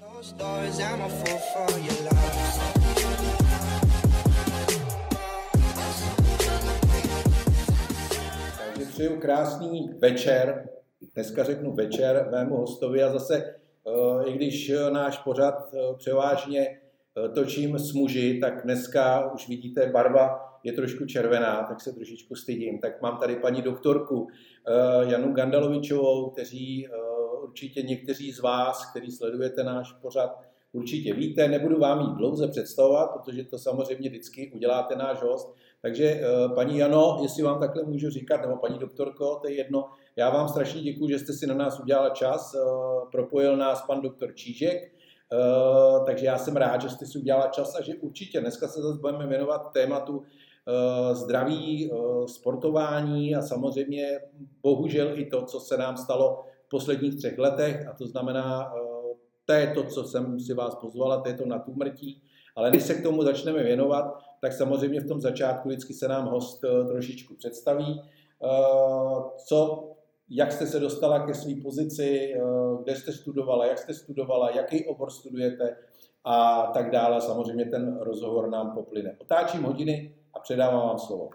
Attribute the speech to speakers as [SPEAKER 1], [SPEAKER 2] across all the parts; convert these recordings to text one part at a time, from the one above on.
[SPEAKER 1] Takže přeju krásný večer, dneska řeknu večer mému hostovi a zase, i když náš pořad převážně točím s muži, tak dneska už vidíte, barva je trošku červená, tak se trošičku stydím. Tak mám tady paní doktorku Janu Gandalovičovou, kteří určitě někteří z vás, kteří sledujete náš pořad, určitě víte. Nebudu vám ji dlouze představovat, protože to samozřejmě vždycky uděláte náš host. Takže paní Jano, jestli vám takhle můžu říkat, nebo paní doktorko, to je jedno. Já vám strašně děkuju, že jste si na nás udělala čas. Propojil nás pan doktor Čížek, takže já jsem rád, že jste si udělala čas a že určitě dneska se zase budeme věnovat tématu zdraví, sportování a samozřejmě bohužel i to, co se nám stalo v posledních 3 letech, a to znamená, to je to, co jsem si vás pozvala, to je to nad úmrtí. Ale než se k tomu začneme věnovat, tak samozřejmě v tom začátku vždycky se nám host trošičku představí, jak jste se dostala ke své pozici, kde jste studovala, jak jste studovala, jaký obor studujete a tak dále. Samozřejmě ten rozhovor nám poplyne. Otáčím hodiny a předávám vám slovo.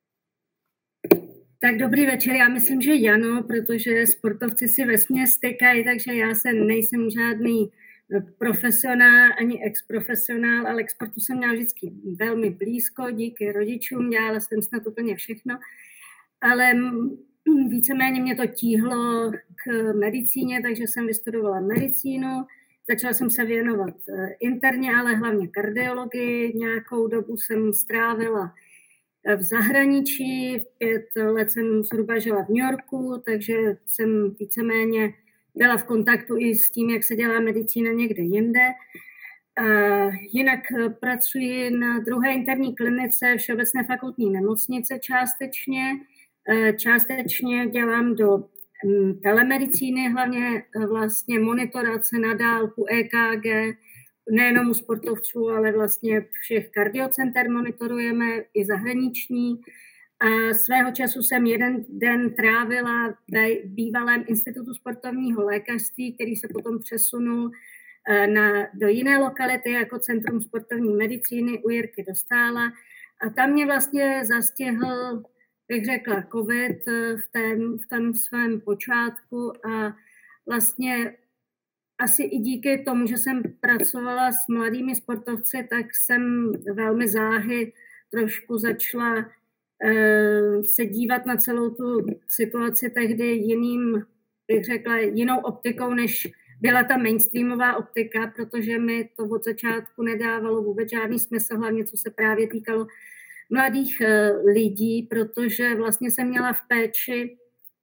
[SPEAKER 2] Tak dobrý večer, já myslím, že Jano, protože sportovci si vesměs stykají, takže já nejsem žádný profesionál ani ex-profesionál, ale k sportu jsem měla vždycky velmi blízko, díky rodičům, dělala jsem snad úplně všechno, ale víceméně mě to tíhlo k medicíně, takže jsem vystudovala medicínu, začala jsem se věnovat interně, ale hlavně kardiologii, nějakou dobu jsem strávila v zahraničí, 5 let jsem zhruba žila v New Yorku, takže jsem víceméně byla v kontaktu i s tím, jak se dělá medicína někde jinde. Jinak pracuji na 2. interní klinice Všeobecné fakultní nemocnice částečně dělám do telemedicíny, hlavně vlastně monitorace na dálku EKG, nejenom u sportovců, ale vlastně všech kardiocenter monitorujeme, i zahraniční. A svého času jsem jeden den trávila v bývalém institutu sportovního lékařství, který se potom přesunul do jiné lokality jako Centrum sportovní medicíny u Jirky Dostála. A tam mě vlastně zastihl, bych řekla, covid v tom svém počátku a vlastně asi i díky tomu, že jsem pracovala s mladými sportovci, tak jsem velmi záhy trošku začala se dívat na celou tu situaci tehdy bych řekla, jinou optikou, než byla ta mainstreamová optika, protože mi to od začátku nedávalo vůbec žádný smysl, hlavně co se právě týkalo mladých lidí, protože vlastně jsem měla v péči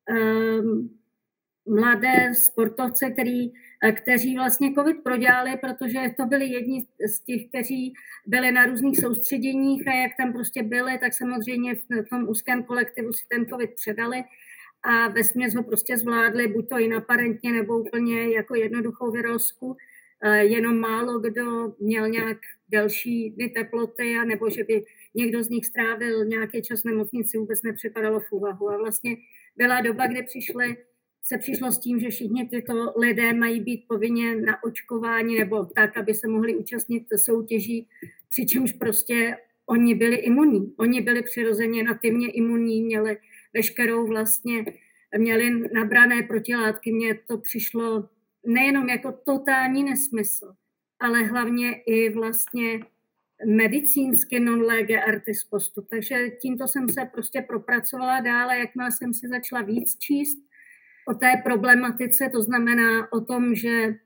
[SPEAKER 2] mladé sportovce, kteří vlastně covid prodělali, protože to byli jedni z těch, kteří byli na různých soustředěních a jak tam prostě byli, tak samozřejmě v tom úzkém kolektivu si ten covid předali a vesměs ho prostě zvládli, buď to inaparentně nebo úplně jako jednoduchou virozku. Jenom málo kdo měl nějak delší dny teploty, a nebo že by někdo z nich strávil nějaký čas v nemocnici, vůbec nepřipadalo v úvahu. A vlastně byla doba, kdy se přišlo s tím, že všichni tyto lidé mají být povinně naočkováni nebo tak, aby se mohli účastnit soutěží, přičemž prostě oni byli imunní. Oni byli přirozeně nativně imunní, měli veškerou vlastně, měli nabrané protilátky. Mně to přišlo nejenom jako totální nesmysl, ale hlavně i vlastně medicínsky non lege artis postup. Takže tímto jsem se prostě propracovala dále, jakmile jsem si začala víc číst o té problematice, to znamená o tom, že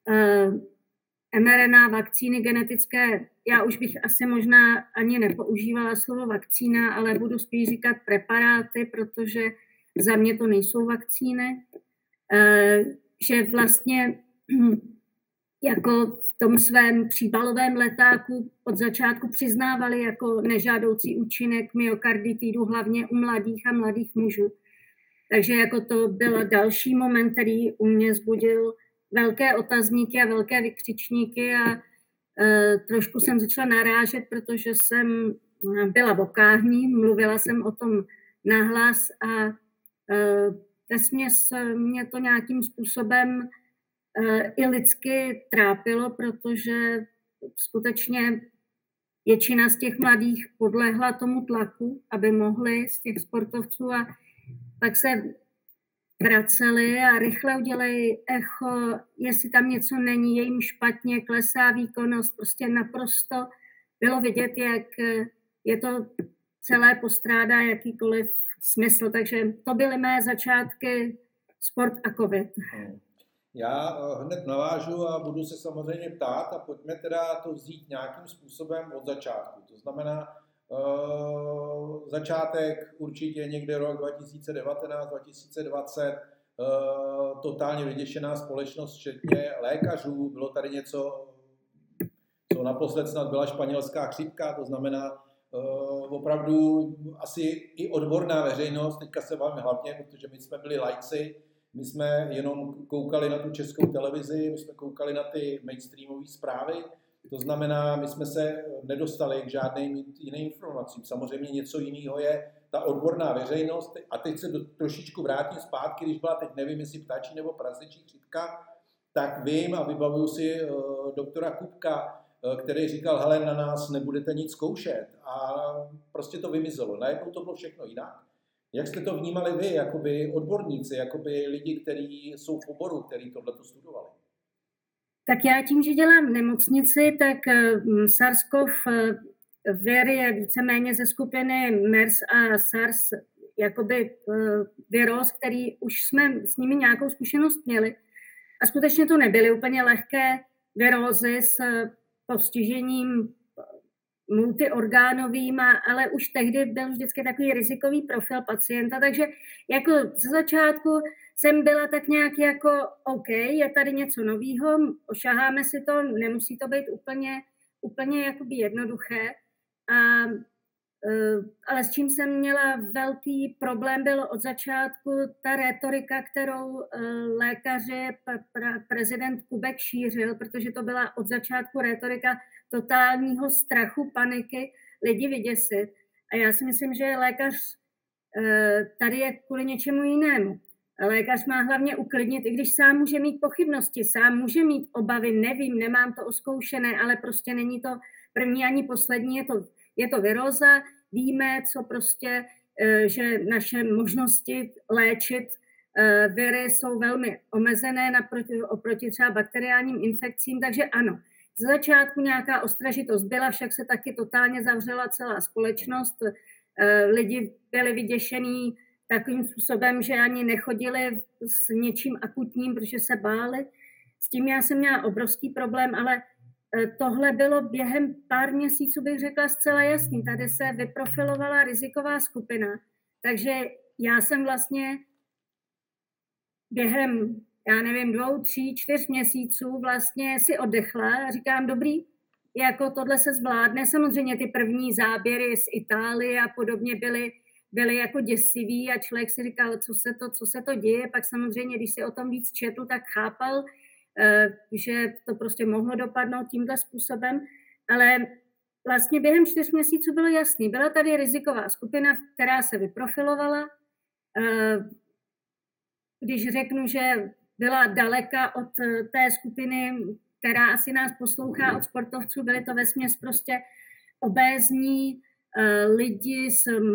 [SPEAKER 2] mRNA vakcíny genetické, já už bych asi možná ani nepoužívala slovo vakcína, ale budu spíš říkat preparáty, protože za mě to nejsou vakcíny, že vlastně jako v tom svém příbalovém letáku od začátku přiznávali jako nežádoucí účinek myokarditidu, hlavně u mladých a mladých mužů. Takže jako to byl další moment, který u mě vzbudil velké otazníky a velké vykřičníky a trošku jsem začala narážet, protože jsem byla vokáhní, mluvila jsem o tom nahlas a vesměs mě to nějakým způsobem i lidsky trápilo, protože skutečně většina z těch mladých podlehla tomu tlaku, aby mohli z těch sportovců a pak se vraceli a rychle udělají echo, jestli tam něco není, je jim špatně, klesá výkonnost, prostě naprosto bylo vidět, jak je to celé postrádá jakýkoliv smysl. Takže to byly mé začátky sport a covid.
[SPEAKER 1] Já hned navážu a budu se samozřejmě ptát a pojďme teda to vzít nějakým způsobem od začátku. To znamená začátek určitě někde rok 2019, 2020, totálně vyděšená společnost, včetně lékařů. Bylo tady něco, co naposled snad byla španělská chřipka, to znamená opravdu asi i odborná veřejnost, teďka se bavíme hlavně, protože my jsme byli laici, my jsme jenom koukali na tu českou televizi, my jsme koukali na ty mainstreamové zprávy, to znamená, my jsme se nedostali k žádným jiným informacím. Samozřejmě něco jiného je ta odborná veřejnost. A teď se trošičku vrátím zpátky, když byla teď, nevím, jestli ptačí nebo prasečí chřipka, tak vím a vybavuju si doktora Kupka, který říkal, hele, na nás nebudete nic zkoušet. A prostě to vymizelo. Najednou to bylo všechno jinak. Jak jste to vnímali vy, jakoby odborníci, jakoby lidi, kteří jsou v oboru, kteří tohleto studovali?
[SPEAKER 2] Tak já tím, že dělám v nemocnici, tak SARS-CoV vir je víceméně ze skupiny MERS a SARS, jakoby viróz, který už jsme s nimi nějakou zkušenost měli. A skutečně to nebyly úplně lehké virózy s postižením multiorgánovým, ale už tehdy byl vždycky takový rizikový profil pacienta, takže jako ze začátku jsem byla tak nějak jako OK, je tady něco novýho, ošaháme si to, nemusí to být úplně jakoby jednoduché. Ale s čím jsem měla velký problém, bylo od začátku ta rétorika, kterou lékaři, prezident Kubek šířil, protože to byla od začátku rétorika totálního strachu, paniky, lidi vyděsit. A já si myslím, že lékař tady je kvůli něčemu jinému. Lékař má hlavně uklidnit, i když sám může mít pochybnosti, sám může mít obavy, nevím, nemám to oskoušené, ale prostě není to první ani poslední, je to viróza, víme, co prostě, že naše možnosti léčit viry jsou velmi omezené oproti třeba bakteriálním infekcím, takže ano. Z začátku nějaká ostražitost byla, však se taky totálně zavřela celá společnost. Lidi byli vyděšení takovým způsobem, že ani nechodili s něčím akutním, protože se báli. S tím já jsem měla obrovský problém, ale tohle bylo během pár měsíců, bych řekla zcela jasný. Tady se vyprofilovala riziková skupina, takže já jsem vlastně během, já nevím, 2, 3, 4 měsíců vlastně si oddechla a říkám, dobrý, jako tohle se zvládne. Samozřejmě ty první záběry z Itálie a podobně byly jako děsivý a člověk si říkal, co se to děje. Pak samozřejmě, když si o tom víc četl, tak chápal, že to prostě mohlo dopadnout tímhle způsobem, ale vlastně během 4 měsíců bylo jasný. Byla tady riziková skupina, která se vyprofilovala. Když řeknu, že byla daleka od té skupiny, která asi nás poslouchá od sportovců, byly to vesměs prostě obézní lidi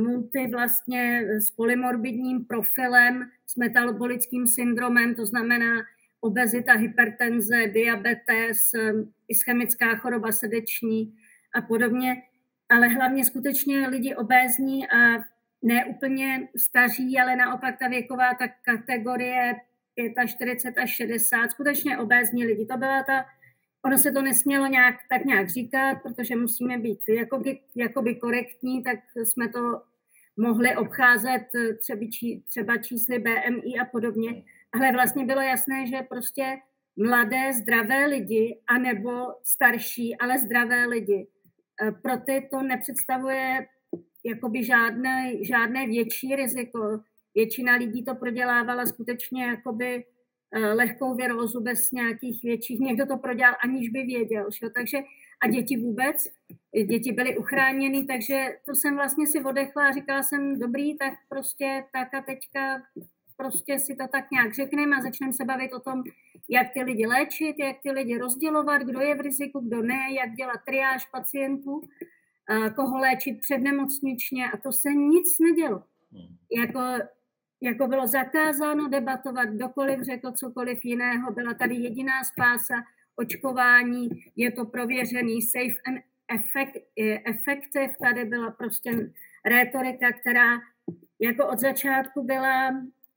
[SPEAKER 2] s polymorbidním profilem, s metabolickým syndromem, to znamená obezita, hypertenze, diabetes, ischemická choroba srdeční a podobně, ale hlavně skutečně lidi obézní a ne úplně staří, ale naopak ta věková ta kategorie 45 až 60, skutečně obézní lidi. To byla ono se to nesmělo tak nějak říkat, protože musíme být jakoby korektní, tak jsme to mohli obcházet třeba čísly BMI a podobně. Ale vlastně bylo jasné, že prostě mladé, zdravé lidi, anebo starší, ale zdravé lidi. Pro ty to nepředstavuje jakoby žádné větší riziko. Většina lidí to prodělávala skutečně jakoby lehkou virózu bez nějakých větších. Někdo to prodělal, aniž by věděl. Že? Takže, a děti vůbec. Děti byly uchráněny, takže to jsem vlastně si odechla a říkala jsem, dobrý, tak prostě tak a teďka prostě si to tak nějak řekneme a začneme se bavit o tom, jak ty lidi léčit, jak ty lidi rozdělovat, kdo je v riziku, kdo ne, jak dělat triáž pacientů, koho léčit přednemocničně a to se nic nedělo. Jako bylo zakázáno debatovat, kdokoliv řekl cokoliv jiného, byla tady jediná spása očkování, je to prověřený safe and effective, tady byla prostě rétorika, která jako od začátku byla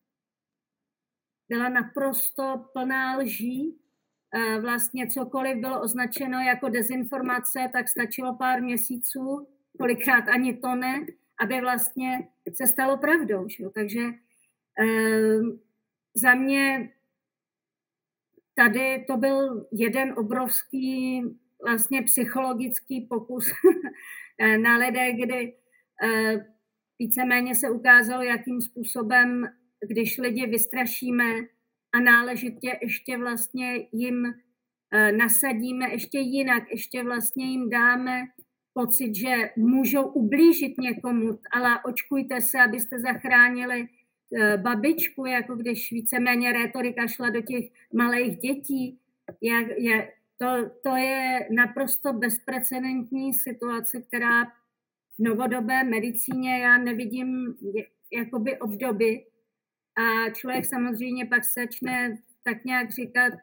[SPEAKER 2] naprosto plná lží. Vlastně cokoliv bylo označeno jako dezinformace, tak stačilo pár měsíců, kolikrát ani to ne, aby vlastně se stalo pravdou. Že? Takže za mě tady to byl jeden obrovský vlastně psychologický pokus na lidé, kdy víceméně se ukázalo, jakým způsobem, když lidi vystrašíme a náležitě ještě vlastně jim nasadíme ještě jinak, ještě vlastně jim dáme pocit, že můžou ublížit někomu, ale očkujte se, abyste zachránili babičku, jako když víceméně rétorika šla do těch malých dětí. To je naprosto bezprecedentní situace, která v novodobé medicíně já nevidím jakoby obdoby. A člověk samozřejmě pak začne tak nějak říkat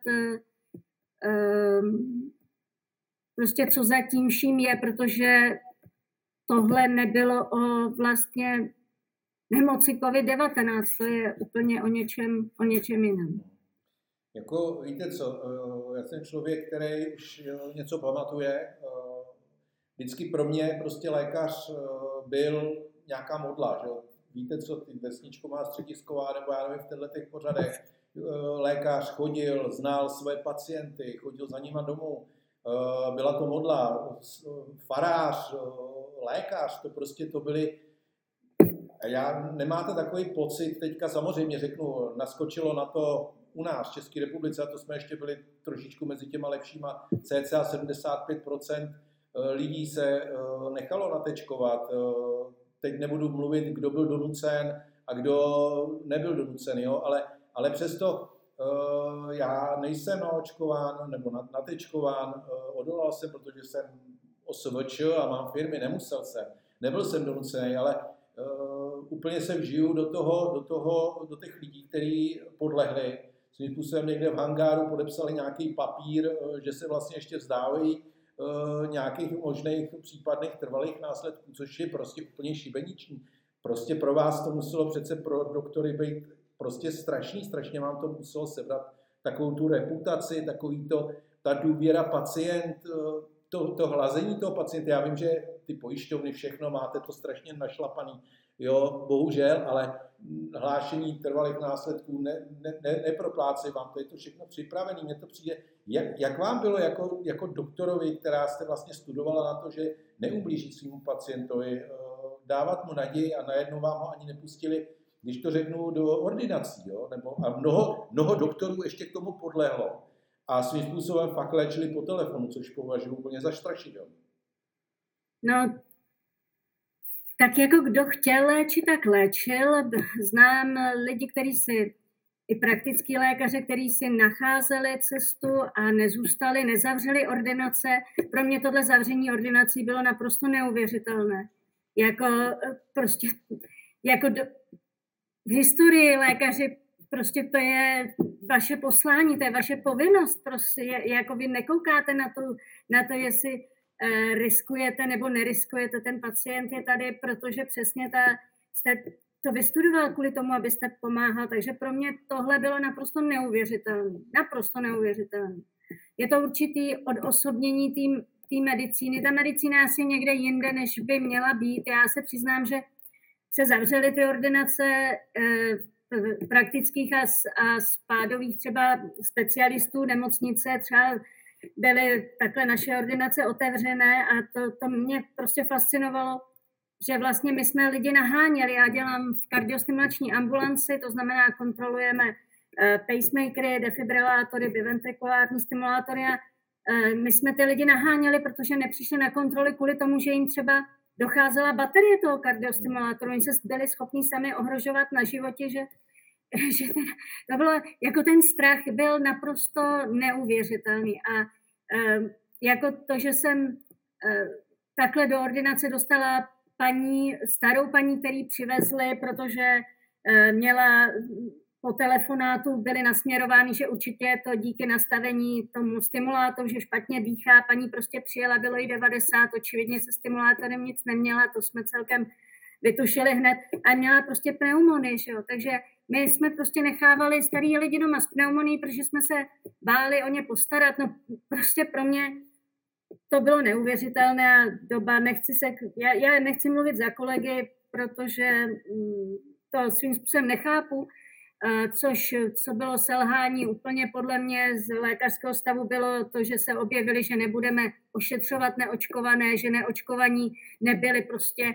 [SPEAKER 2] prostě co za tím vším je, protože tohle nebylo o vlastně nemoci COVID-19, to je úplně o něčem jiném.
[SPEAKER 1] Jako víte co, já jsem člověk, který už něco pamatuje. Vždycky pro mě prostě lékař byl nějaká modla, že? Víte co, ty vesničková, středisková, nebo já nevím, v těch pořadech. Lékař chodil, znal své pacienty, chodil za nima domů. Byla to modla, farář, lékař, to byly. Já nemáte takový pocit, teďka samozřejmě řeknu, naskočilo na to u nás v České republice, a to jsme ještě byli trošičku mezi těma lepšíma, cca 75% lidí se nechalo natečkovat. Teď nebudu mluvit, kdo byl donucen a kdo nebyl donucen, jo? Ale přesto já nejsem naočkován nebo natečkován, odolal jsem, protože jsem OSVČ a mám firmy, nemusel jsem, nebyl jsem donucený, ale úplně se vžiju do těch lidí, kteří podlehli. Svým způsobem někde v hangáru podepsali nějaký papír, že se vlastně ještě vzdávají nějakých možných případných trvalých následků, což je prostě úplně šibeniční. Prostě pro vás to muselo přece pro doktory být prostě strašně vám to muselo sebrat takovou tu reputaci, ta důvěra pacient, to hlazení toho pacienta. Já vím, že ty pojišťovny všechno máte to strašně našlapaný, jo, bohužel, ale hlášení trvalých následků neproplácí vám, to je to všechno připravené. Mně to přijde, jak vám bylo jako doktorovi, která jste vlastně studovala na to, že neublíží svému pacientovi, dávat mu naději a najednou vám ho ani nepustili, když to řeknu, do ordinací, jo? A mnoho doktorů ještě k tomu podlehlo a svým způsobem fakt léčili po telefonu, což považuji úplně za strašidelné.
[SPEAKER 2] No, tak jako kdo chtěl léčit, tak léčil. Znám lidi, kteří si, i praktický lékaře, kteří si nacházeli cestu a nezůstali, nezavřeli ordinace. Pro mě tohle zavření ordinací bylo naprosto neuvěřitelné. V historii lékaři, prostě to je vaše poslání, to je vaše povinnost. Prostě jako vy nekoukáte na to, jestli riskujete nebo neriskujete. Ten pacient je tady, protože přesně jste to vystudoval kvůli tomu, abyste pomáhal. Takže pro mě tohle bylo naprosto neuvěřitelné. Naprosto neuvěřitelné. Je to určitý odosobnění té medicíny. Ta medicína asi někde jinde, než by měla být. Já se přiznám, že se zavřely ty ordinace praktických a spádových třeba specialistů, nemocnice, třeba byly takhle naše ordinace otevřené a to mě prostě fascinovalo, že vlastně my jsme lidi naháněli. Já dělám v kardiostimulační ambulanci, to znamená kontrolujeme pacemakery, defibrilátory, biventrikulární stimulátory a my jsme ty lidi naháněli, protože nepřišli na kontroly kvůli tomu, že jim třeba docházela baterie toho kardiostimulátoru. Oni se byli schopni sami ohrožovat na životě, že že to bylo, jako ten strach byl naprosto neuvěřitelný. A jako to, že jsem takhle do ordinace dostala starou paní, který přivezli, protože měla po telefonátu, byly nasměrovány, že určitě je to díky nastavení tomu stimulátoru, že špatně dýchá. Paní prostě přijela, bylo jí 90, očividně se stimulátorem nic neměla, to jsme celkem vytušili hned a měla prostě pneumonii, že jo. Takže my jsme prostě nechávali starý lidi doma s pneumonií, protože jsme se báli o ně postarat. No prostě pro mě to bylo neuvěřitelné doba. Já nechci mluvit za kolegy, protože to svým způsobem nechápu, co bylo selhání úplně podle mě z lékařského stavu bylo to, že se objevili, že nebudeme ošetřovat neočkované, že neočkovaní nebyli prostě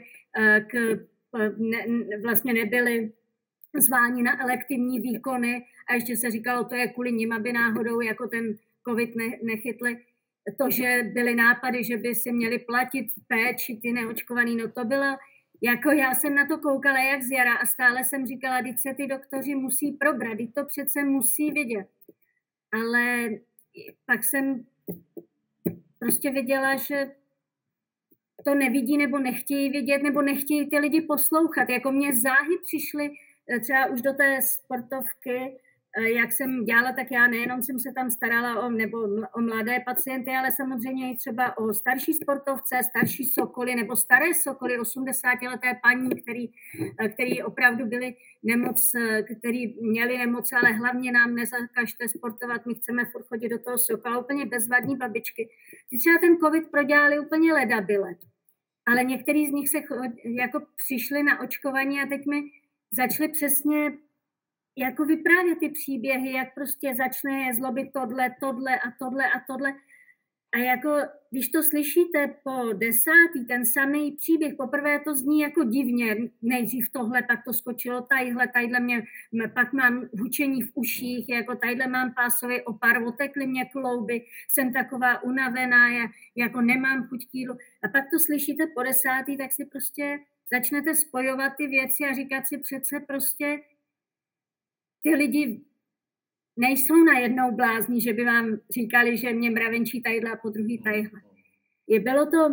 [SPEAKER 2] vlastně nebyli zváni na elektivní výkony a ještě se říkalo, to je kvůli nim, aby náhodou jako ten covid nechytli. To, že byly nápady, že by si měli platit péči ty neočkovaný, no to bylo, jako já jsem na to koukala jak z jara a stále jsem říkala, teď se ty doktoři musí probrat, teď to přece musí vidět. Ale pak jsem prostě viděla, že to nevidí nebo nechtějí vidět, nebo nechtějí ty lidi poslouchat. Jako mě záhy přišly třeba už do té sportovky, jak jsem dělala, tak já nejenom jsem se tam starala o mladé pacienty, ale samozřejmě i třeba o starší sportovce, starší sokoly nebo staré sokoly, 80leté paní, který opravdu byli který měli nemoc, ale hlavně nám nezakažte sportovat, my chceme furt chodit do toho sokola, úplně bezvadní babičky. Ty třeba ten covid prodělali úplně ledabyle, ale některý z nich se jako přišli na očkování a teď mi začali přesně jako vyprávět ty příběhy, jak prostě začne zlobit tohle. A jako, když to slyšíte po 10. ten samý příběh, poprvé to zní jako divně, nejdřív tohle, pak to skočilo tadyhle pak mám hučení v uších, jako tadyhle mám pásový opar, otekly mě klouby, jsem taková unavená, jako nemám chuť k jídlu. A pak to slyšíte po 10. tak si prostě začnete spojovat ty věci a říkat si přece prostě ty lidi nejsou najednou blázni, že by vám říkali, že mě mravenčí tadyhle a po druhý tadyhle. Bylo to...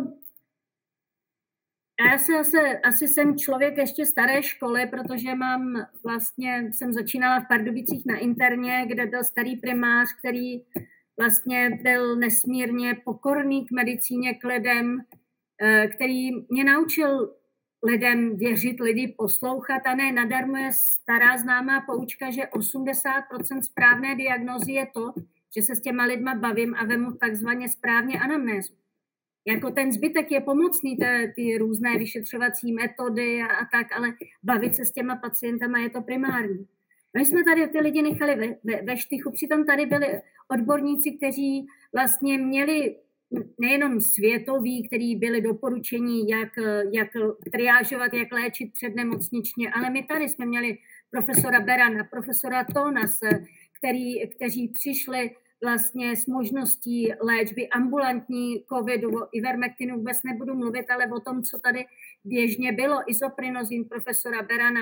[SPEAKER 2] Já asi jsem člověk ještě staré školy, protože jsem začínala v Pardubicích na interně, kde byl starý primář, který vlastně byl nesmírně pokorný k medicíně, k lidem, který mě naučil lidem věřit, lidi poslouchat a ne nadarmo je stará známá poučka, že 80% správné diagnózy je to, že se s těma lidma bavím a vemu takzvaně správně anamnézu. Jako ten zbytek je pomocný, ty různé vyšetřovací metody a tak, ale bavit se s těma pacientama je to primární. My jsme tady ty lidi nechali ve štychu, přitom tady byli odborníci, kteří vlastně měli nejenom světoví, který byli doporučení, jak triážovat, jak léčit přednemocničně, ale my tady jsme měli profesora Berana, profesora Tonase, kteří přišli vlastně s možností léčby ambulantní covidu, o ivermektinu vůbec nebudu mluvit, ale o tom, co tady běžně bylo, izoprinozin profesora Berana.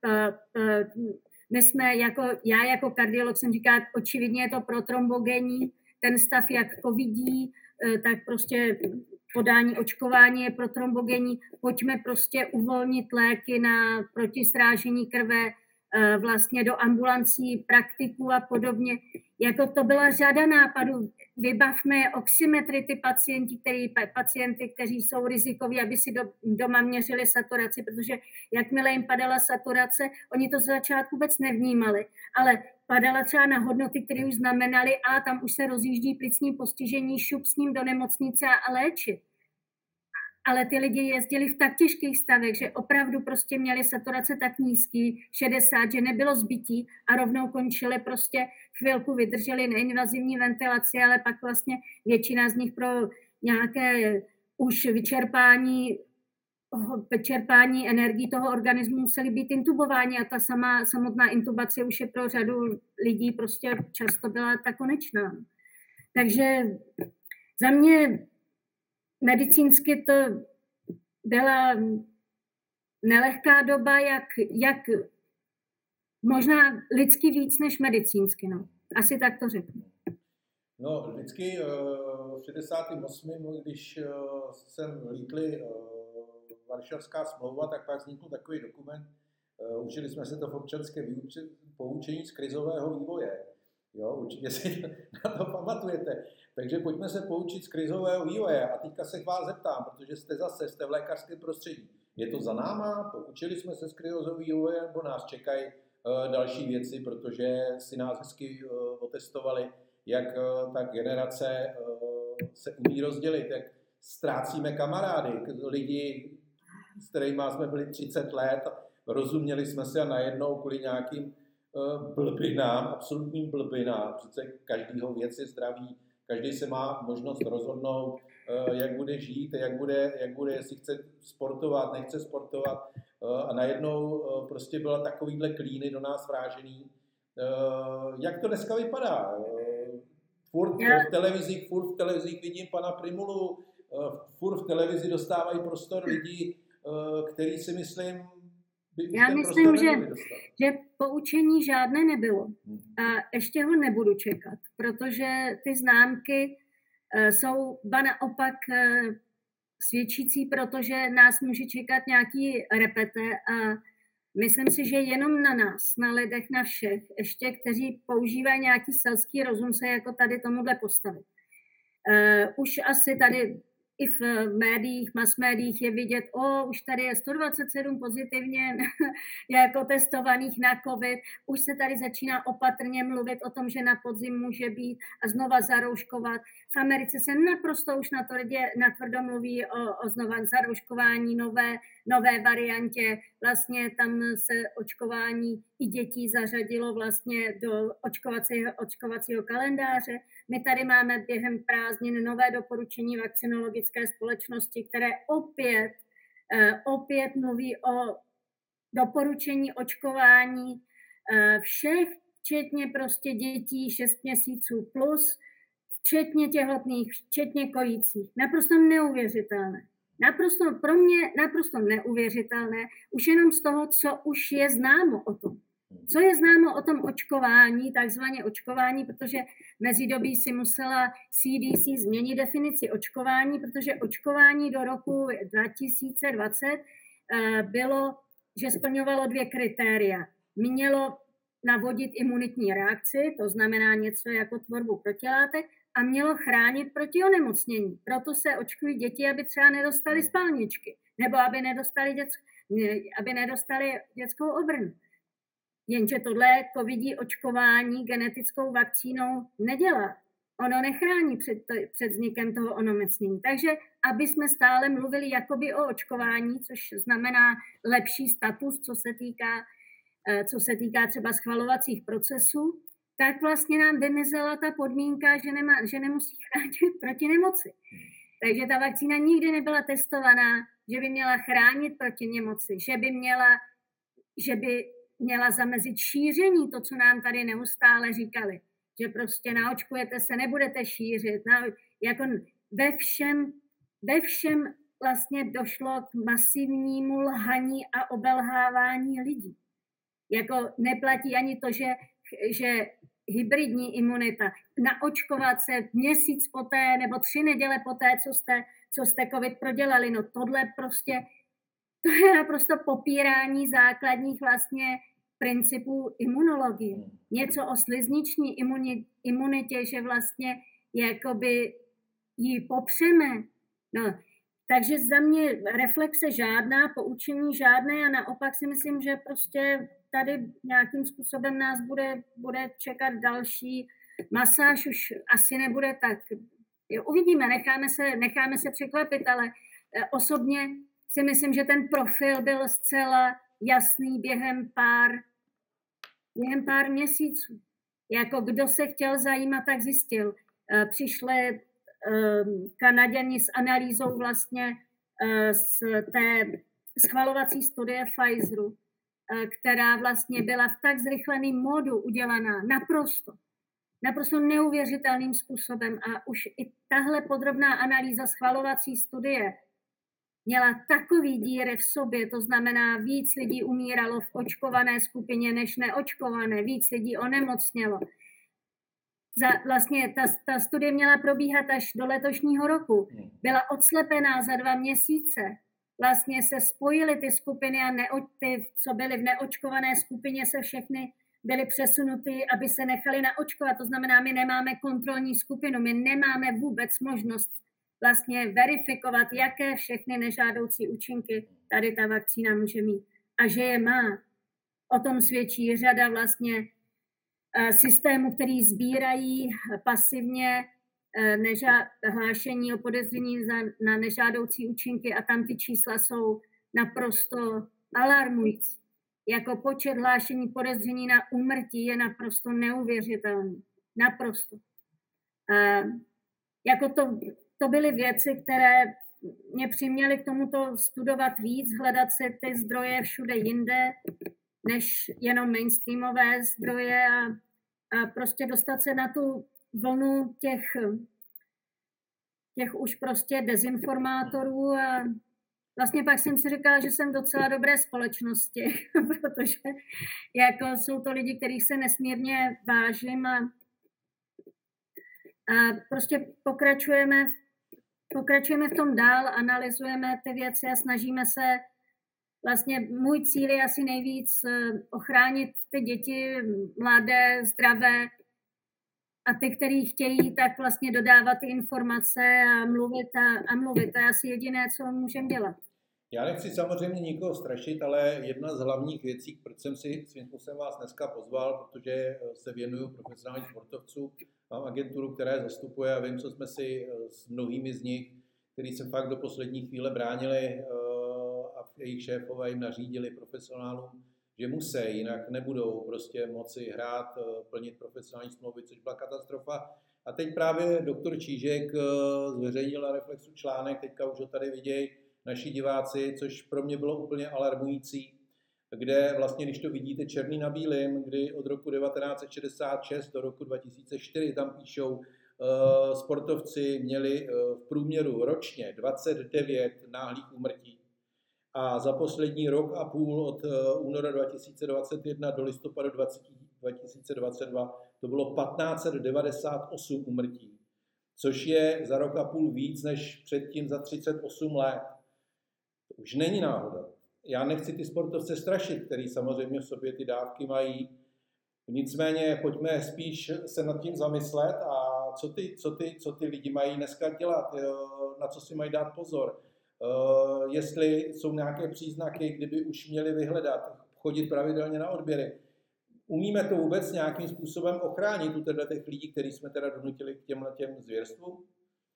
[SPEAKER 2] My jsme já jako kardiolog jsem říkala, očividně je to protrombogenní, ten stav jak covidí, tak prostě podání očkování je protrombogenní. Pojďme prostě uvolnit léky na protisrážení krve vlastně do ambulancí, praktiků a podobně. Jako to byla řada nápadů. Vybavme oximetry ty pacienty, kteří jsou rizikoví, aby si doma měřili saturaci, protože jakmile jim padala saturace, oni to z začátku vůbec nevnímali, ale padala třeba na hodnoty, které už znamenaly, a tam už se rozjíždí plicní postižení, šup s ním do nemocnice a léčit. Ale ty lidi jezdili v tak těžkých stavech, že opravdu prostě měli saturace tak nízký, 60, že nebylo zbytí a rovnou končili prostě, chvilku vydrželi neinvazivní ventilaci, ale pak vlastně většina z nich pro nějaké už vyčerpání energií toho organismu museli být intubováni a ta samotná intubace už je pro řadu lidí prostě často byla ta konečná. Takže za mě medicínsky to byla nelehká doba, jak Možná lidsky víc než medicínsky, no. Asi tak to řeknu.
[SPEAKER 1] No, vždycky v 68., když jsem lítli Varšavská smlouva, tak pak vznikl takový dokument, učili jsme se to v občanské poučení z krizového vývoje. Jo, určitě si na to pamatujete. Takže pojďme se poučit z krizového vývoje. A teďka se vás zeptám, protože jste v lékařském prostředí. Je to za náma? Poučili jsme se z krizového vývoje, nebo nás čekají další věci, protože si nás hezky otestovali, jak ta generace se umí rozdělit, jak ztrácíme kamarády, lidi, s kterými jsme byli 30 let, rozuměli jsme se a najednou kvůli nějakým blbinám, absolutním blbinám, přece každýho věc je zdraví, každý se má možnost rozhodnout, jak bude žít, jak bude, jestli chce sportovat, nechce sportovat, a najednou prostě byla takovýhle klíny do nás vrážený. Jak to dneska vypadá? Furt v televizích vidím pana Primulu, furt v televizi dostávají prostor lidi, který si myslím,
[SPEAKER 2] já myslím, že poučení žádné nebylo. A ještě ho nebudu čekat, protože ty známky jsou ba naopak svědčící, protože nás může čekat nějaký repete a myslím si, že jenom na nás, na lidech, na všech, ještě kteří používají nějaký selský rozum, se jako tady tomuhle postavit. Už asi tady i v médiích, mass médiích je vidět, už tady je 127 pozitivně jako testovaných na covid, už se tady začíná opatrně mluvit o tom, že na podzim může být a znova zarouškovat. V Americe se naprosto už natvrdo mluví o znova zarouškování, nové variantě. Vlastně tam se očkování i dětí zařadilo vlastně do očkovacího kalendáře. My tady máme během prázdnin nové doporučení vakcinologické společnosti, které opět mluví o doporučení očkování všech, včetně prostě dětí 6 měsíců plus, včetně těhotných, včetně kojících. Naprosto neuvěřitelné. Pro mě naprosto neuvěřitelné, už jenom z toho, co už je známo o tom. Co je známo o tom očkování, takzvané očkování, protože mezidobí si musela CDC změnit definici očkování, protože očkování do roku 2020 bylo, že splňovalo 2 kritéria. Mělo navodit imunitní reakci, to znamená něco jako tvorbu protilátek, a mělo chránit proti onemocnění. Proto se očkují děti, aby třeba nedostali spalničky, nebo aby nedostali dětskou obrnu. Jenže tohle covidí očkování genetickou vakcínou nedělá. Ono nechrání před vznikem toho onemocnění. Takže aby jsme stále mluvili jakoby o očkování, což znamená lepší status, co se týká třeba schvalovacích procesů, tak vlastně nám vymizela ta podmínka, že nemusí chránit proti nemoci. Takže ta vakcína nikdy nebyla testovaná, že by měla chránit proti nemoci, že by měla zamezit šíření, to, co nám tady neustále říkali, že prostě naočkujete se, nebudete šířit. Jako ve všem vlastně došlo k masivnímu lhaní a obelhávání lidí. Jako neplatí ani to, že hybridní imunita, naočkovat se měsíc poté nebo 3 neděle poté, co jste covid prodělali, no tohle prostě, to je naprosto popírání základních vlastně principů imunologie. Něco o slizniční imunitě, že vlastně jakoby ji popřeme. No, takže za mě reflexe žádná, poučení žádné a naopak si myslím, že prostě tady nějakým způsobem nás bude čekat další masáž, už asi nebude tak. Uvidíme, necháme se překvapit, ale osobně si myslím, že ten profil byl zcela jasný během pár měsíců. Jako kdo se chtěl zajímat, tak zjistil. Přišli Kanaďani s analýzou vlastně z té schvalovací studie Pfizeru, která vlastně byla v tak zrychleném módu udělaná naprosto neuvěřitelným způsobem a už i tahle podrobná analýza schvalovací studie měla takový díry v sobě, to znamená, víc lidí umíralo v očkované skupině než neočkované, víc lidí onemocnělo. Vlastně ta studie měla probíhat až do letošního roku. Byla odslepená za 2 měsíce. Vlastně se spojily ty skupiny a ty, co byly v neočkované skupině, se všechny byly přesunuty, aby se nechali naočkovat. To znamená, my nemáme kontrolní skupinu, my nemáme vůbec možnost vlastně verifikovat, jaké všechny nežádoucí účinky tady ta vakcína může mít. A že je má. O tom svědčí řada vlastně systémů, který sbírají pasivně hlášení o podezření na nežádoucí účinky a tam ty čísla jsou naprosto alarmující. Jako počet hlášení podezření na úmrtí je naprosto neuvěřitelný. Naprosto. Jako to byly věci, které mě přiměly k tomuto studovat víc, hledat si ty zdroje všude jinde, než jenom mainstreamové zdroje a prostě dostat se na tu vlnu těch už prostě dezinformátorů a vlastně pak jsem si říkala, že jsem v docela dobré společnosti, protože jako jsou to lidi, kterých se nesmírně vážím a prostě pokračujeme v tom dál, analyzujeme ty věci a snažíme se. Vlastně můj cíl je asi nejvíc ochránit ty děti, mladé, zdravé a ty, kteří chtějí, tak vlastně dodávat ty informace a mluvit. To je asi jediné, co můžeme dělat.
[SPEAKER 1] Já nechci samozřejmě nikoho strašit, ale jedna z hlavních věcí, proč jsem si svým způsobem vás dneska pozval, protože se věnuju profesionálním sportovcům, mám agenturu, která je zastupuje a vím, co jsme si s mnohými z nich, kteří se fakt do poslední chvíle bránili, jejich šéfové jim nařídili profesionálům, že musí, jinak nebudou prostě moci hrát, plnit profesionální smlouvy, což byla katastrofa. A teď právě doktor Čížek zveřejnil na Reflexu článek, teďka už ho tady vidějí naši diváci, což pro mě bylo úplně alarmující, kde vlastně, když to vidíte černý na bílým, kdy od roku 1966 do roku 2004, tam píšou, sportovci měli v průměru ročně 29 náhlých úmrtí. A za poslední rok a půl od února 2021 do listopadu 2022 to bylo 1598 úmrtí, což je za rok a půl víc než předtím za 38 let. To už není náhoda. Já nechci ty sportovce strašit, který samozřejmě v sobě ty dávky mají. Nicméně pojďme spíš se nad tím zamyslet a co ty lidi mají dneska dělat, na co si mají dát pozor. Jestli jsou nějaké příznaky, kdyby už měli vyhledat, chodit pravidelně na odběry. Umíme to vůbec nějakým způsobem ochránit u těch lidí, který jsme teda donutili k těm zvěrstvům?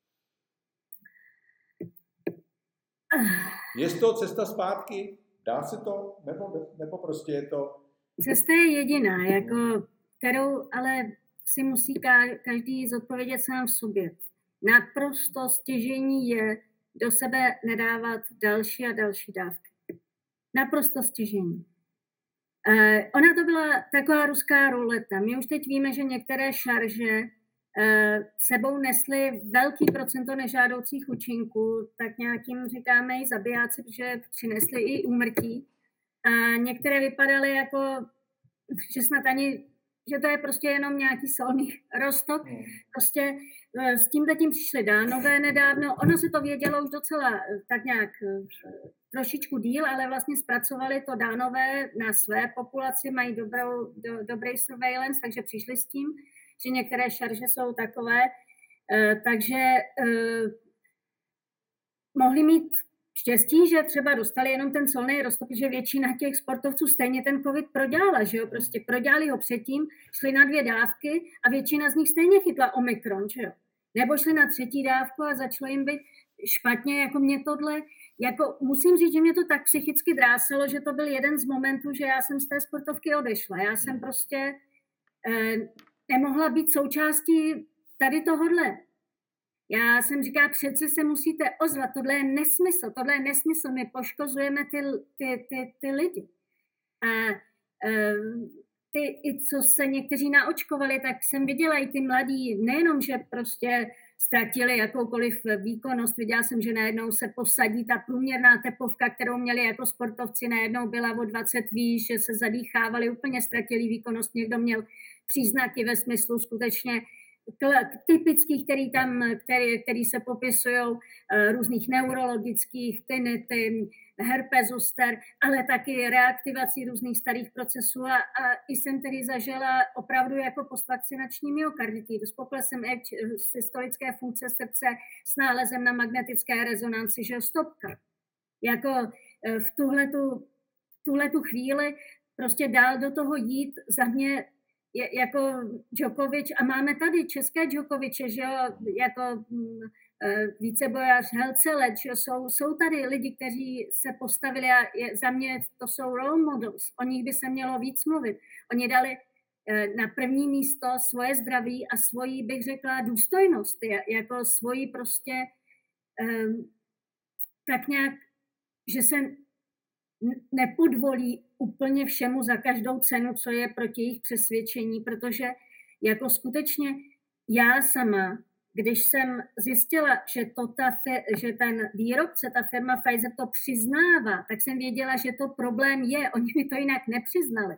[SPEAKER 1] Je to cesta zpátky? Dá se to? Nebo prostě je to?
[SPEAKER 2] Cesta je jediná, jako, kterou ale si musí každý zodpovědět sám v sobě. Naprosto stěžejní je do sebe nedávat další a další dávky. Naprosto stěžejní. Ona to byla taková ruská ruleta. My už teď víme, že některé šarže sebou nesly velký procento nežádoucích účinků, tak nějakým říkáme i zabijáci, protože přinesly i úmrtí. A některé vypadaly jako, že snad ani, že to je prostě jenom nějaký solný roztok. Prostě s tím přišli Dánové nedávno. Ono se to vědělo už docela tak nějak trošičku díl, ale vlastně zpracovali to Dánové na své populaci, mají dobrý surveillance, takže přišli s tím, že některé šarže jsou takové. Takže mohli mít štěstí, že třeba dostali jenom ten solný roztok, že většina těch sportovců stejně ten covid prodělala, že jo, prostě prodělali ho předtím, šli na 2 dávky a většina z nich stejně chytla omikron, že jo. Nebo šli na 3. dávku a začalo jim být špatně, jako mě tohle, jako musím říct, že mě to tak psychicky drásilo, že to byl jeden z momentů, že já jsem z té sportovky odešla. Já jsem prostě nemohla být součástí tady tohodle. Já jsem říkala, přece se musíte ozvat, tohle je nesmysl, my poškozujeme ty lidi. A ty, i co se někteří naočkovali, tak jsem viděla i ty mladí, nejenom, že prostě ztratili jakoukoliv výkonnost. Viděla jsem, že najednou se posadí ta průměrná tepovka, kterou měli jako sportovci, najednou byla o 20 výš, že se zadýchávali, úplně ztratili výkonnost. Někdo měl příznaky ve smyslu skutečně typických, který se popisují, různých neurologických, tinity, herpes zoster, ale taky reaktivací různých starých procesů a i jsem tedy zažila opravdu jako postvakcinační myokarditidu s poklesem systolické funkce srdce s nálezem na magnetické rezonanci, že stopka. Jako v tuhletu chvíli prostě dál do toho jít za mě jako Djokovic a máme tady české Djokoviče, že jo, jako vícebojař Helcelet, že jsou tady lidi, kteří se postavili a za mě to jsou role models, o nich by se mělo víc mluvit. Oni dali na první místo svoje zdraví a svoji, bych řekla, důstojnost, jako svoji prostě tak nějak, že se nepodvolí úplně všemu za každou cenu, co je proti jejich přesvědčení, protože jako skutečně já sama, když jsem zjistila, že ten výrobce, ta firma Pfizer to přiznává, tak jsem věděla, že to problém je. Oni mi to jinak nepřiznali.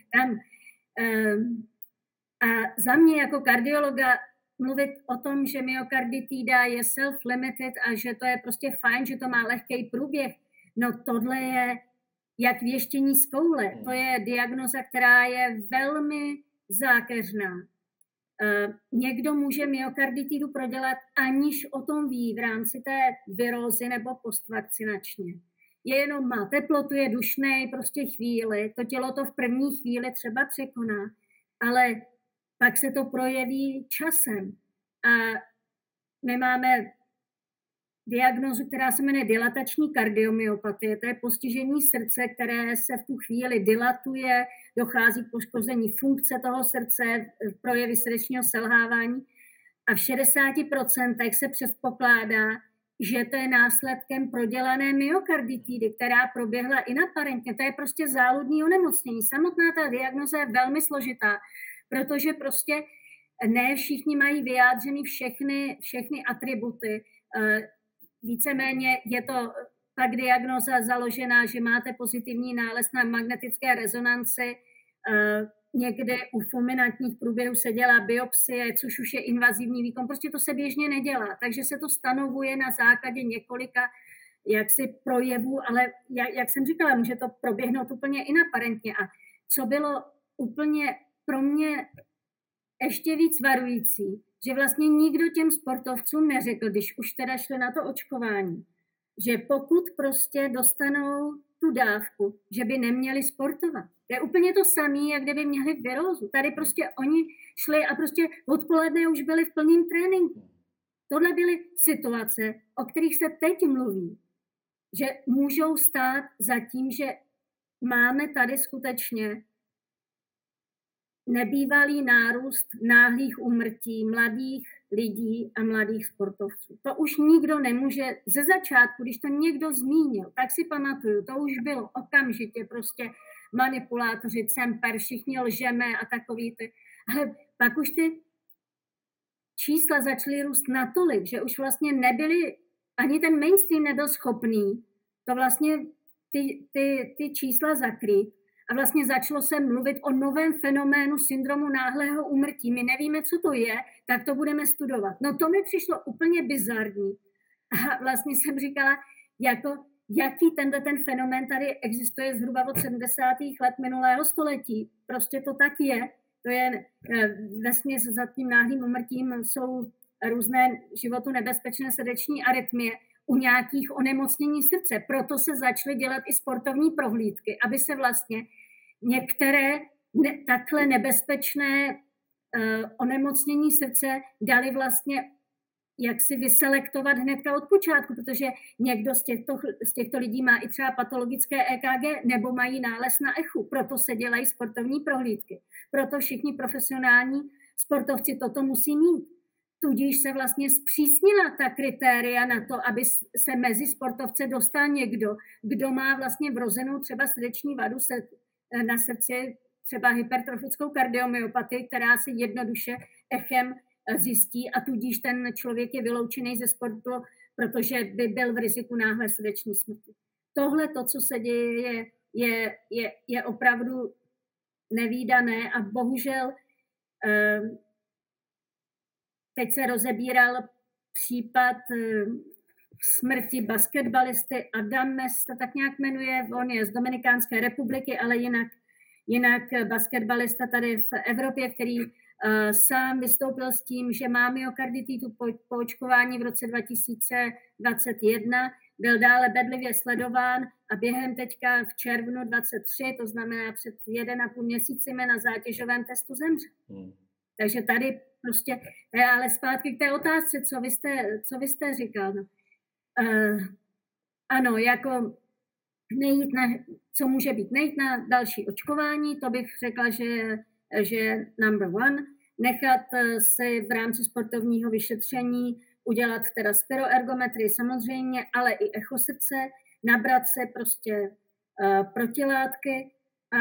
[SPEAKER 2] A za mě jako kardiologa mluvit o tom, že myokarditida je self-limited a že to je prostě fajn, že to má lehký průběh, no tohle je jak věštění z koule. To je diagnoza, která je velmi zákeřná. Někdo může myokarditidu prodělat, aniž o tom ví v rámci té virózy nebo postvakcinačně. Je jenom má teplotu, je dušnej, prostě chvíli, to tělo to v první chvíli třeba překoná, ale pak se to projeví časem. A my máme diagnózu, která se jmenuje dilatační kardiomyopatie. To je postižení srdce, které se v tu chvíli dilatuje, dochází k poškození funkce toho srdce, projevy srdečního selhávání. A v 60% se předpokládá, že to je následkem prodělané myokarditidy, která proběhla inaparentně. To je prostě záludný onemocnění. Samotná ta diagnoza je velmi složitá, protože prostě ne všichni mají vyjádřeny všechny atributy. Víceméně je to pak diagnoza založená, že máte pozitivní nález na magnetické rezonanci. Někde u fulminantních průběhů se dělá biopsie, což už je invazivní výkon. Prostě to se běžně nedělá. Takže se to stanovuje na základě několika jaksi projevů, ale jak jsem říkala, může to proběhnout úplně inaparentně. A co bylo úplně pro mě ještě víc varující, že vlastně nikdo těm sportovcům neřekl, když už teda šli na to očkování, že pokud prostě dostanou tu dávku, že by neměli sportovat. To je úplně to samé, jak kdyby měli virózu. Tady prostě oni šli a prostě odpoledne už byli v plném tréninku. Tohle byly situace, o kterých se teď mluví, že můžou stát za tím, že máme tady skutečně nebývalý nárůst náhlých úmrtí mladých lidí a mladých sportovců. To už nikdo nemůže ze začátku, když to někdo zmínil, tak si pamatuju, to už bylo okamžitě prostě manipulátoři, cemper, všichni lžeme a takový ty. Ale pak už ty čísla začaly růst natolik, že už vlastně nebyly, ani ten mainstream nebyl schopný to vlastně ty čísla zakrýt. A vlastně začalo se mluvit o novém fenoménu syndromu náhlého úmrtí. My nevíme, co to je, tak to budeme studovat. No to mi přišlo úplně bizarní. A vlastně jsem říkala, jaký ten fenomén tady existuje zhruba od 70. let minulého století. Prostě to tak je. To je vesměs za tím náhlým úmrtím jsou různé životu nebezpečné srdeční arytmie u nějakých onemocnění srdce. Proto se začaly dělat i sportovní prohlídky, aby se vlastně některé takhle nebezpečné onemocnění srdce dali vlastně jak si vyselektovat hnedka od počátku, protože někdo z těchto lidí má i třeba patologické EKG nebo mají nález na echu. Proto se dělají sportovní prohlídky. Proto všichni profesionální sportovci toto musí mít. Tudíž se vlastně zpřísnila ta kritéria na to, aby se mezi sportovce dostal někdo, kdo má vlastně vrozenou třeba srdeční vadu na srdci, třeba hypertrofickou kardiomyopatii, která se jednoduše echem zjistí a tudíž ten člověk je vyloučený ze sportu, protože by byl v riziku náhle srdeční smrti. Tohle, to, co se děje, je opravdu nevídané a bohužel teď se rozebíral případ smrti basketbalisty Adames, se tak nějak jmenuje, on je z Dominikánské republiky, ale jinak basketbalista tady v Evropě, který sám vystoupil s tím, že má myokardititu po očkování v roce 2021, byl dále bedlivě sledován a během teďka v červnu 23, to znamená před 1,5 měsíci, na zátěžovém testu zemřel. Takže tady prostě, ale zpátky k té otázce, co vy jste říkal. No. Ano, jako co může být, nejít na další očkování, to bych řekla, že je number one. Nechat si v rámci sportovního vyšetření udělat teda spiroergometrii samozřejmě, ale i echo srdce, nabrat se prostě protilátky a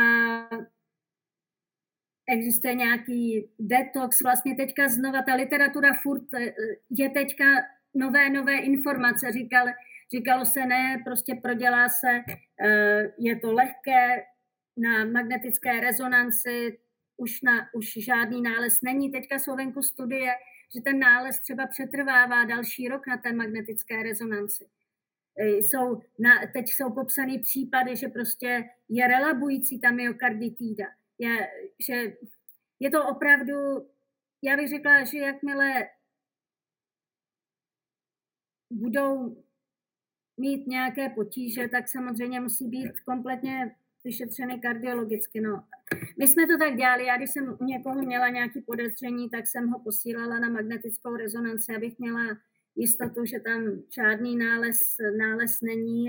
[SPEAKER 2] existuje nějaký detox, vlastně teďka znova ta literatura furt je teďka nové informace, říkalo se ne, prostě prodělá se, je to lehké, na magnetické rezonanci už žádný nález není, teďka jsou venku studie, že ten nález třeba přetrvává další rok na té magnetické rezonanci. Teď jsou popsané případy, že prostě je relabující ta myokarditída. Že je to opravdu, já bych řekla, že jakmile budou mít nějaké potíže, tak samozřejmě musí být kompletně vyšetřeny kardiologicky. No. My jsme to tak dělali, já když jsem u někoho měla nějaké podezření, tak jsem ho posílala na magnetickou rezonanci, abych měla jistotu, že tam žádný nález není.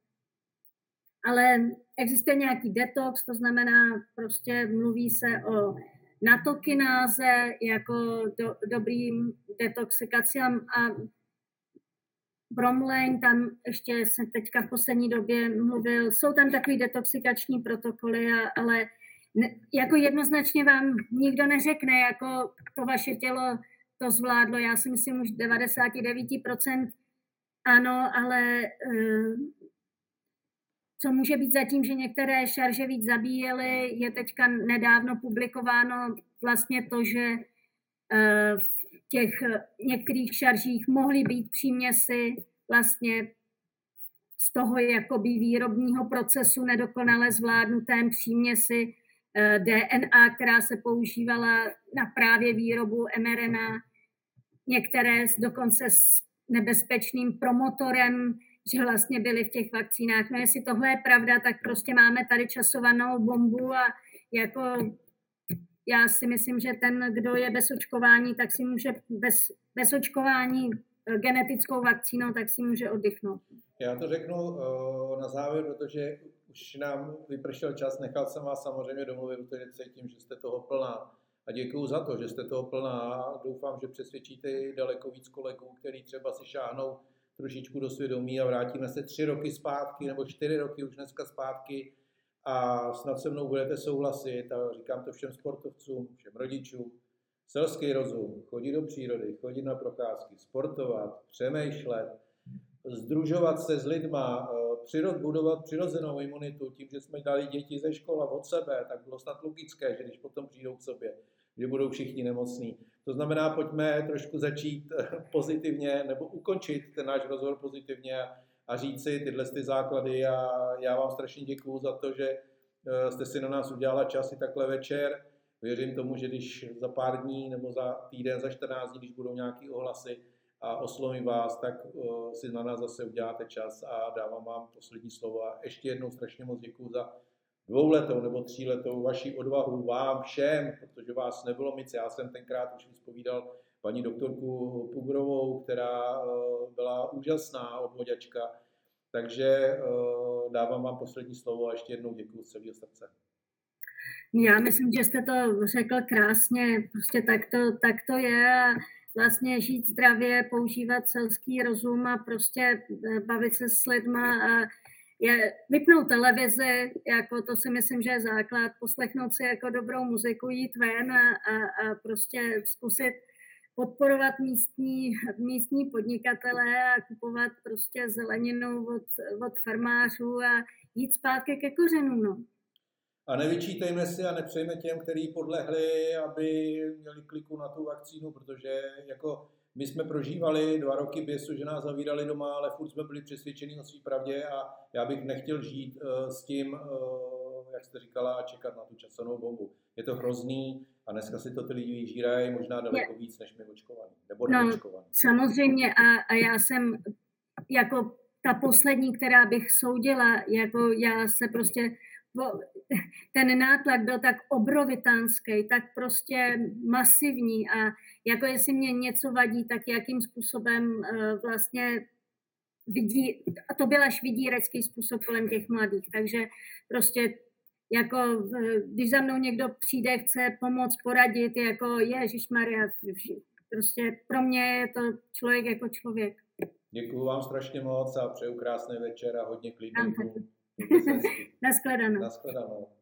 [SPEAKER 2] Ale existuje nějaký detox, to znamená, prostě mluví se o natokináze jako dobrým detoxikacím a bromlain, tam ještě se teďka v poslední době mluvil, jsou tam takový detoxikační protokoly, ale jako jednoznačně vám nikdo neřekne, jako to vaše tělo to zvládlo, já si myslím už 99% ano, ale co může být zatím, že některé šarže víc zabíjely, je teďka nedávno publikováno vlastně to, že v těch některých šaržích mohly být příměsi vlastně z toho jakoby výrobního procesu nedokonale zvládnutém příměsi DNA, která se používala na právě výrobu mRNA, některé dokonce s nebezpečným promotorem, že vlastně byly v těch vakcínách. No jestli tohle je pravda, tak prostě máme tady časovanou bombu a jako já si myslím, že ten, kdo je bez očkování, tak si může bez očkování genetickou vakcínou, tak si může oddychnout.
[SPEAKER 1] Já to řeknu na závěr, protože už nám vypršel čas, nechal jsem vás samozřejmě domluvit, protože cítím, že jste toho plná. A děkuju za to, že jste toho plná a doufám, že přesvědčíte i daleko víc kolegů, kteří třeba si šáhnou trošičku do svědomí a vrátíme se 3 roky zpátky nebo 4 roky už dneska zpátky a snad se mnou budete souhlasit a říkám to všem sportovcům, všem rodičům. Selský rozum, chodit do přírody, chodit na procházky, sportovat, přemýšlet, sdružovat se s lidma, budovat přirozenou imunitu tím, že jsme dali děti ze školy od sebe, tak bylo snad logické, že když potom přijdou k sobě, že budou všichni nemocní. To znamená, pojďme trošku začít pozitivně nebo ukončit ten náš rozhovor pozitivně a říct si tyhle základy a já vám strašně děkuju za to, že jste si na nás udělala čas i takhle večer. Věřím tomu, že když za pár dní nebo za týden, za 14 dní, když budou nějaké ohlasy a oslovím vás, tak si na nás zase uděláte čas a dávám vám poslední slovo. A ještě jednou strašně moc děkuju za 2letou nebo 3letou vaši odvahu vám všem, protože vás nebylo moc. Já jsem tenkrát už vyspovídal paní doktorku Pugrovou, která byla úžasná odvoďačka. Takže dávám vám poslední slovo a ještě jednou děkuju z celého srdce.
[SPEAKER 2] Já myslím, že jste to řekl krásně, prostě tak to je a vlastně žít zdravě, používat selský rozum a prostě bavit se s lidma a vypnout televizi, jako to si myslím, že je základ, poslechnout si jako dobrou muziku, jít ven a prostě zkusit podporovat místní podnikatele a kupovat prostě zeleninu od farmářů a jít zpátky ke kořenům. No.
[SPEAKER 1] A nevyčítejme si a nepřejme těm, kteří podlehli, aby měli kliku na tu vakcínu, protože jako my jsme prožívali 2 roky běsu, že nás zavírali doma, ale furt jsme byli přesvědčení o své pravdě a já bych nechtěl žít s tím, jak jste říkala, a čekat na tu časovou bombu. Je to hrozný a dneska si to ty lidi vyžírají možná daleko víc, než my očkovaní, nebo neočkovaní.
[SPEAKER 2] Samozřejmě a já jsem jako ta poslední, která bych soudila, jako já se prostě, ten nátlak byl tak obrovitánský, tak prostě masivní a jako jestli mě něco vadí, tak jakým způsobem vlastně vidí, a to byl až vydírecký způsob kolem těch mladých, takže prostě jako když za mnou někdo přijde, chce pomoct, poradit, jako ježišmarja, prostě pro mě je to člověk jako člověk.
[SPEAKER 1] Děkuju vám strašně moc a přeju krásný večer a hodně klidníků.
[SPEAKER 2] Naschledanou.
[SPEAKER 1] Naschledanou.